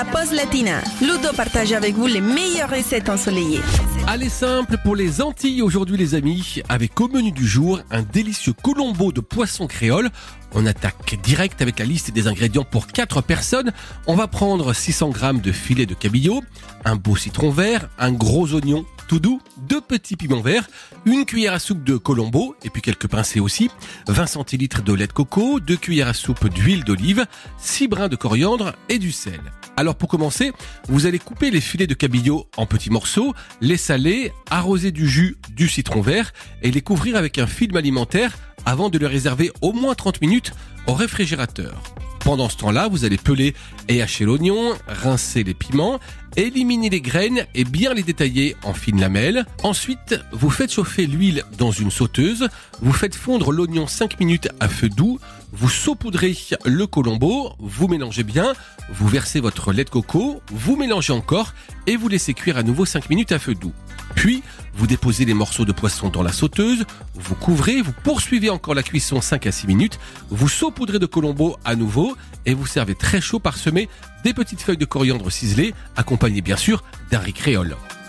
la pause latina. Ludo partage avec vous les meilleures recettes ensoleillées. Allez simple pour les Antilles aujourd'hui les amis, avec au menu du jour un délicieux colombo de poisson créole. On attaque direct avec la liste des ingrédients pour 4 personnes. On va prendre 600 g de filet de cabillaud, un beau citron vert, un gros oignon tout doux, 2 petits piments verts, une cuillère à soupe de colombo et puis quelques pincées aussi, 20 centilitres de lait de coco, 2 cuillères à soupe d'huile d'olive, 6 brins de coriandre et du sel. Alors pour commencer, vous allez couper les filets de cabillaud en petits morceaux, les saler, arroser du jus du citron vert et les couvrir avec un film alimentaire avant de les réserver au moins 30 minutes au réfrigérateur. Pendant ce temps-là, vous allez peler et hacher l'oignon, rincer les piments, éliminer les graines et bien les détailler en fines lamelles. Ensuite, vous faites chauffer l'huile dans une sauteuse, vous faites fondre l'oignon 5 minutes à feu doux, vous saupoudrez le colombo, vous mélangez bien, vous versez votre lait de coco, vous mélangez encore et vous laissez cuire à nouveau 5 minutes à feu doux. Puis, vous déposez les morceaux de poisson dans la sauteuse, vous couvrez, vous poursuivez encore la cuisson 5 à 6 minutes, vous saupoudrez de colombo à nouveau et vous servez très chaud parsemé des petites feuilles de coriandre ciselées, accompagnées bien sûr d'un riz créole.